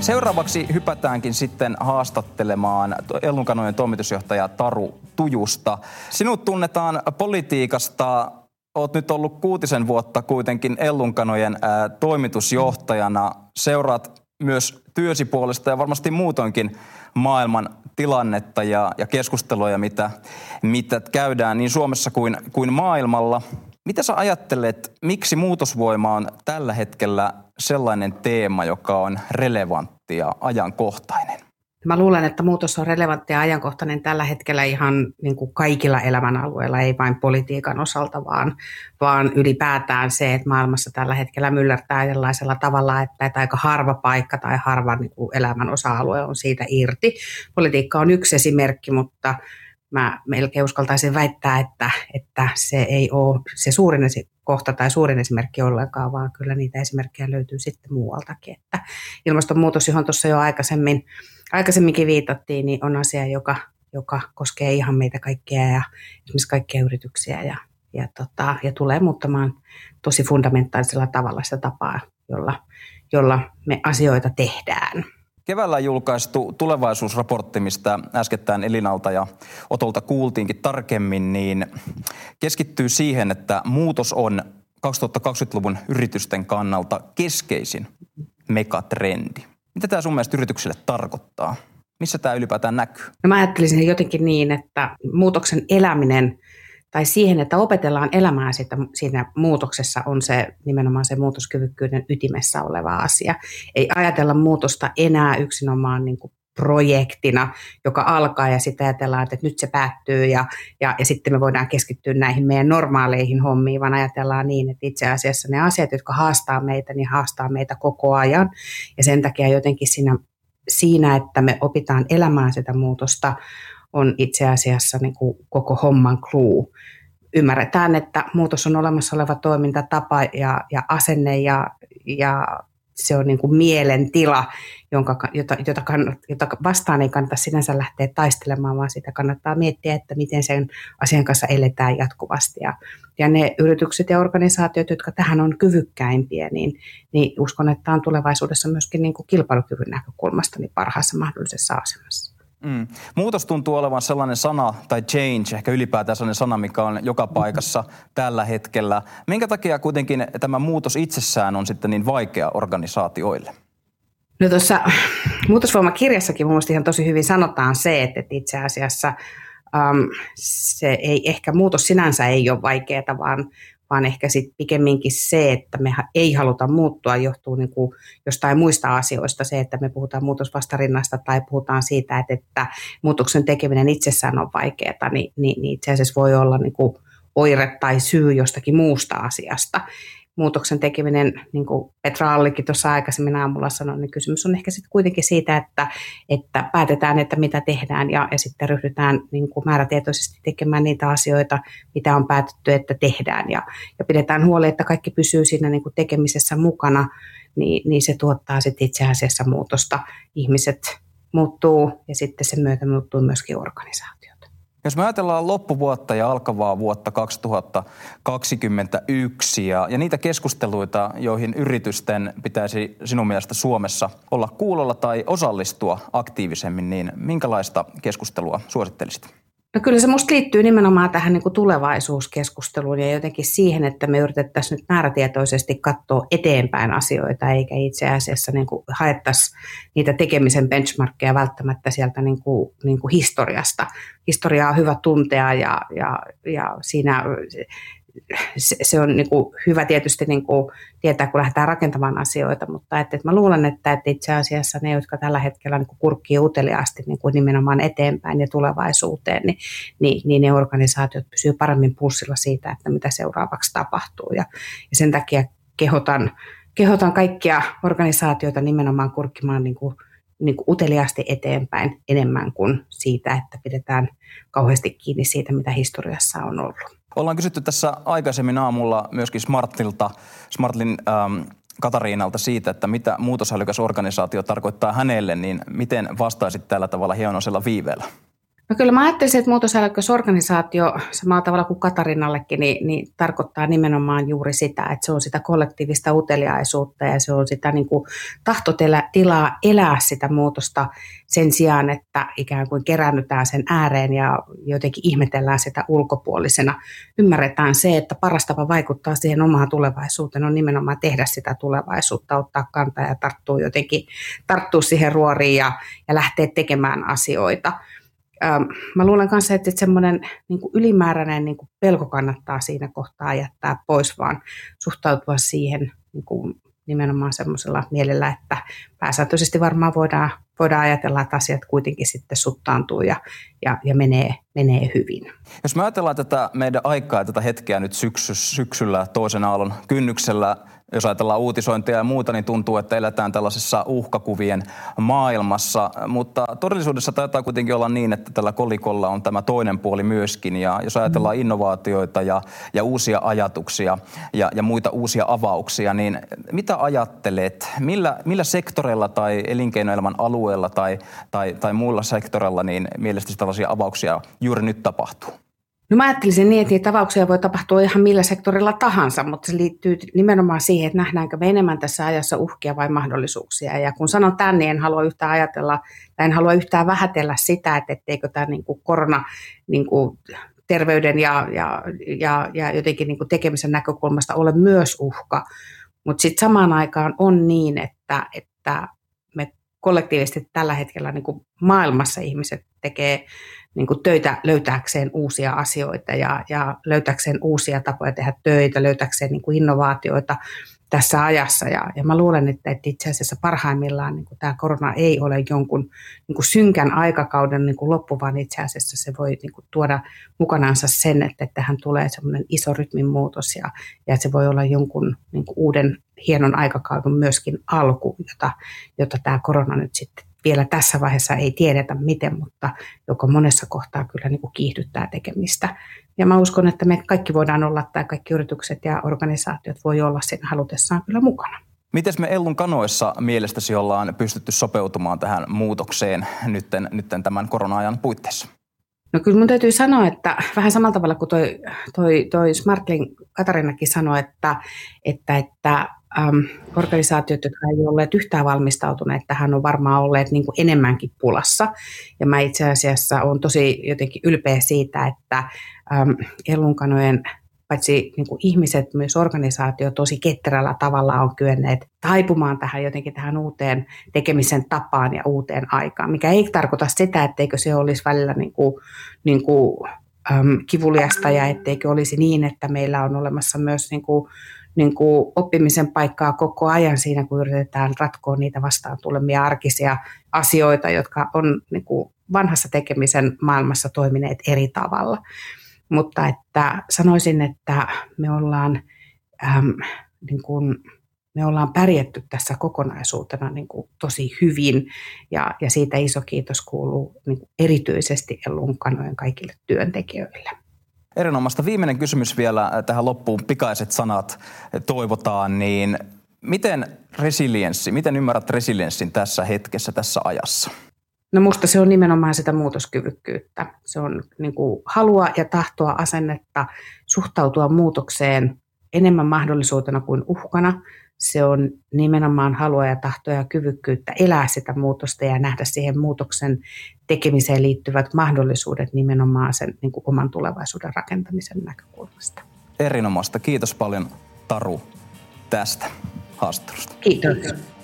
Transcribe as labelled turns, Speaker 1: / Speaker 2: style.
Speaker 1: Seuraavaksi hypätäänkin sitten haastattelemaan Ellunkanojen toimitusjohtaja Taru Tujusta. Sinut tunnetaan politiikasta. Olet nyt ollut 6 vuotta kuitenkin Ellunkanojen toimitusjohtajana. Seuraat myös työsi puolesta ja varmasti muutoinkin maailman tilannetta ja keskusteluja, mitä käydään niin Suomessa kuin maailmalla. Mitä sä ajattelet, miksi muutosvoima on tällä hetkellä sellainen teema, joka on relevantti ja ajankohtainen?
Speaker 2: Mä luulen, että muutos on relevantti ja ajankohtainen tällä hetkellä ihan niin kuin kaikilla elämänalueilla, ei vain politiikan osalta, vaan ylipäätään se, että maailmassa tällä hetkellä myllertää erilaisella tavalla, että aika harva paikka tai harva niin kuin elämän osa-alue on siitä irti. Politiikka on yksi esimerkki, mutta mä melkein uskaltaisin väittää, että se ei ole se suurin kohta tai suurin esimerkki ollenkaan, vaan kyllä niitä esimerkkejä löytyy sitten muualtakin. Että ilmastonmuutos, johon tuossa jo aikaisemminkin viitattiin, niin on asia, joka koskee ihan meitä kaikkia ja esimerkiksi kaikkia yrityksiä ja tulee muuttamaan tosi fundamentaalisella tavalla sitä tapaa, jolla me asioita tehdään.
Speaker 1: Keväällä julkaistu tulevaisuusraportti, mistä äskettäin Elinalta ja Otolta kuultiinkin tarkemmin, niin keskittyy siihen, että muutos on 2020-luvun yritysten kannalta keskeisin megatrendi. Mitä tämä sun mielestä yrityksille tarkoittaa? Missä tämä ylipäätään näkyy?
Speaker 2: No mä ajattelisin jotenkin niin, että muutoksen eläminen tai siihen, että opetellaan elämään siinä muutoksessa on se nimenomaan se muutoskyvykkyyden ytimessä oleva asia. Ei ajatella muutosta enää yksinomaan niin kuin projektina, joka alkaa ja sitten ajatellaan, että nyt se päättyy ja sitten me voidaan keskittyä näihin meidän normaaleihin hommiin, vaan ajatellaan niin, että itse asiassa ne asiat, jotka haastaa meitä, niin haastaa meitä koko ajan. Ja sen takia jotenkin siinä että me opitaan elämään sitä muutosta, on itse asiassa niin kuin koko homman clue. Ymmärretään, että muutos on olemassa oleva toimintatapa ja asenne ja se on niin kuin mielentila, jota vastaan ei kannata sinänsä lähteä taistelemaan, vaan sitä kannattaa miettiä, että miten sen asian kanssa eletään jatkuvasti. Ja ne yritykset ja organisaatiot, jotka tähän on kyvykkäimpiä, niin uskon, että on tulevaisuudessa myöskin niin kuin kilpailukyvyn näkökulmasta niin parhaassa mahdollisessa asemassa.
Speaker 1: Muutos tuntuu olevan sellainen sana, tai change, ehkä ylipäätään sellainen sana, mikä on joka paikassa tällä hetkellä. Minkä takia kuitenkin tämä muutos itsessään on sitten niin vaikea organisaatioille?
Speaker 2: No tuossa muutosvoimakirjassakin mun mielestä ihan tosi hyvin sanotaan se, että itse asiassa se ei ehkä muutos sinänsä ei ole vaikeaa, vaan ehkä sitten pikemminkin se, että me ei haluta muuttua, johtuu niin kuin jostain muista asioista. Se, että me puhutaan muutosvastarinnasta tai puhutaan siitä, että muutoksen tekeminen itsessään on vaikeaa, niin itse asiassa voi olla niin kuin oire tai syy jostakin muusta asiasta. Muutoksen tekeminen, niin kuin Petra Allikin tuossa aikaisemmin aamulla sanoi, niin kysymys on ehkä sitten kuitenkin siitä, että päätetään, että mitä tehdään ja sitten ryhdytään niin kuin määrätietoisesti tekemään niitä asioita, mitä on päätetty, että tehdään ja pidetään huoli, että kaikki pysyy siinä niin kuin tekemisessä mukana, niin se tuottaa sitten itse asiassa muutosta. Ihmiset muuttuu ja sitten sen myötä muuttuu myöskin organisaatiot.
Speaker 1: Jos me ajatellaan loppuvuotta ja alkavaa vuotta 2021 ja niitä keskusteluita, joihin yritysten pitäisi sinun mielestä Suomessa olla kuulolla tai osallistua aktiivisemmin, niin minkälaista keskustelua suosittelisit?
Speaker 2: No kyllä se musta liittyy nimenomaan tähän niin kuin tulevaisuuskeskusteluun ja jotenkin siihen, että me yritettäisiin nyt määrätietoisesti katsoa eteenpäin asioita, eikä itse asiassa niin kuin haettaisi niitä tekemisen benchmarkkeja välttämättä sieltä niin kuin historiasta. Historiaa on hyvä tuntea ja siinä se on niin kuin hyvä tietysti niin kuin tietää, kun lähdetään rakentamaan asioita, mutta että mä luulen, että itse asiassa ne, jotka tällä hetkellä niin kuin kurkkii uteliaasti niin kuin nimenomaan eteenpäin ja tulevaisuuteen, niin ne organisaatiot pysyy paremmin pulssilla siitä, että mitä seuraavaksi tapahtuu. Ja sen takia kehotan kaikkia organisaatioita nimenomaan kurkkimaan niin kuin uteliaasti eteenpäin enemmän kuin siitä, että pidetään kauheasti kiinni siitä, mitä historiassa on ollut.
Speaker 1: Ollaan kysytty tässä aikaisemmin aamulla myöskin Smartlin Katariinalta siitä, että mitä muutosälykäs organisaatio tarkoittaa hänelle, niin miten vastaisit tällä tavalla hienoisella viiveellä?
Speaker 2: No kyllä mä ajattelisin, että muutosälykkösorganisaatio samalla tavalla kuin Katarinallekin, niin tarkoittaa nimenomaan juuri sitä, että se on sitä kollektiivista uteliaisuutta ja se on sitä niin kuin tahtotilaa elää sitä muutosta sen sijaan, että ikään kuin keräännytään sen ääreen ja jotenkin ihmetellään sitä ulkopuolisena. Ymmärretään se, että paras tapa vaikuttaa siihen omaan tulevaisuuteen on nimenomaan tehdä sitä tulevaisuutta, ottaa kantaa ja tarttua siihen ruoriin ja lähteä tekemään asioita. Mä luulen kanssa, että semmoinen niin kuin ylimääräinen niin kuin pelko kannattaa siinä kohtaa jättää pois, vaan suhtautua siihen niin kuin nimenomaan semmoisella mielellä, että pääsääntöisesti varmaan voidaan ajatella, että asiat kuitenkin sitten suttaantuu ja menee hyvin.
Speaker 1: Jos me ajatellaan tätä meidän aikaa ja tätä hetkeä nyt syksyllä toisen aallon kynnyksellä, jos ajatellaan uutisointia ja muuta, niin tuntuu, että eletään tällaisessa uhkakuvien maailmassa, mutta todellisuudessa taitaa kuitenkin olla niin, että tällä kolikolla on tämä toinen puoli myöskin, ja jos ajatellaan innovaatioita ja uusia ajatuksia ja muita uusia avauksia, niin mitä ajattelet, millä sektoreilla tai elinkeinoelämän alueella tai muilla sektoreilla niin mielestäsi tällaisia avauksia juuri nyt tapahtuu?
Speaker 2: No mä ajattelisin niin, että niitä avauksia voi tapahtua ihan millä sektorilla tahansa, mutta se liittyy nimenomaan siihen, että nähdäänkö me enemmän tässä ajassa uhkia vai mahdollisuuksia. Ja kun sanon tämän, niin en halua yhtään ajatella tai en halua yhtään vähätellä sitä, että etteikö tämä niin kuin korona niin kuin terveyden ja jotenkin niin kuin tekemisen näkökulmasta ole myös uhka. Mutta sitten samaan aikaan on niin, että me kollektiivisesti tällä hetkellä niin kuin maailmassa ihmiset tekee niin kuin töitä löytääkseen uusia asioita ja löytääkseen uusia tapoja tehdä töitä, löytääkseen niin kuin innovaatioita tässä ajassa. Ja mä luulen, että itse asiassa parhaimmillaan niin kuin tämä korona ei ole jonkun niin kuin synkän aikakauden niin kuin loppu, vaan itse asiassa se voi niin kuin tuoda mukanaansa sen, että tähän tulee semmoinen iso rytmin muutos ja se voi olla jonkun niin kuin uuden hienon aikakauden myöskin alku, jota tämä korona nyt sitten vielä tässä vaiheessa ei tiedetä miten, mutta joka monessa kohtaa kyllä niin kuin kiihdyttää tekemistä. Ja mä uskon, että me kaikki voidaan olla, tai kaikki yritykset ja organisaatiot voi olla siinä halutessaan kyllä mukana.
Speaker 1: Miten me Ellun kanoissa mielestäsi ollaan pystytty sopeutumaan tähän muutokseen nytten tämän korona-ajan puitteissa?
Speaker 2: No kyllä mun täytyy sanoa, että vähän samalla tavalla kuin toi Smartlink Katarinakin sanoi, että organisaatiot, jotka ei ole olleet yhtään valmistautuneet tähän, on varmaan olleet niin kuin enemmänkin pulassa. Ja mä itse asiassa olen tosi jotenkin ylpeä siitä, että Ellunkanojen paitsi niin kuin ihmiset, myös organisaatio tosi ketterällä tavalla on kyenneet taipumaan tähän uuteen tekemisen tapaan ja uuteen aikaan, mikä ei tarkoita sitä, etteikö se olisi välillä niin kuin kivuliasta ja etteikö olisi niin, että meillä on olemassa myös niin kuin oppimisen paikkaa koko ajan siinä, kun yritetään ratkoa niitä vastaan tulemia arkisia asioita, jotka on niin kuin vanhassa tekemisen maailmassa toimineet eri tavalla. Mutta että sanoisin, että me ollaan pärjätty tässä kokonaisuutena niin kuin tosi hyvin ja siitä iso kiitos kuuluu niin kuin erityisesti Ellunkanojen kaikille työntekijöille.
Speaker 1: Erinomaista. Viimeinen kysymys vielä tähän loppuun. Pikaiset sanat toivotaan, niin miten ymmärrät resilienssin tässä hetkessä, tässä ajassa?
Speaker 2: No musta se on nimenomaan sitä muutoskyvykkyyttä. Se on niin kuin halua ja tahtoa, asennetta suhtautua muutokseen enemmän mahdollisuutena kuin uhkana. Se on nimenomaan halua ja tahtoa ja kyvykkyyttä elää sitä muutosta ja nähdä siihen muutoksen tekemiseen liittyvät mahdollisuudet nimenomaan sen niin kuin oman tulevaisuuden rakentamisen näkökulmasta.
Speaker 1: Erinomaista. Kiitos paljon Taru tästä haastattelusta.
Speaker 2: Kiitos.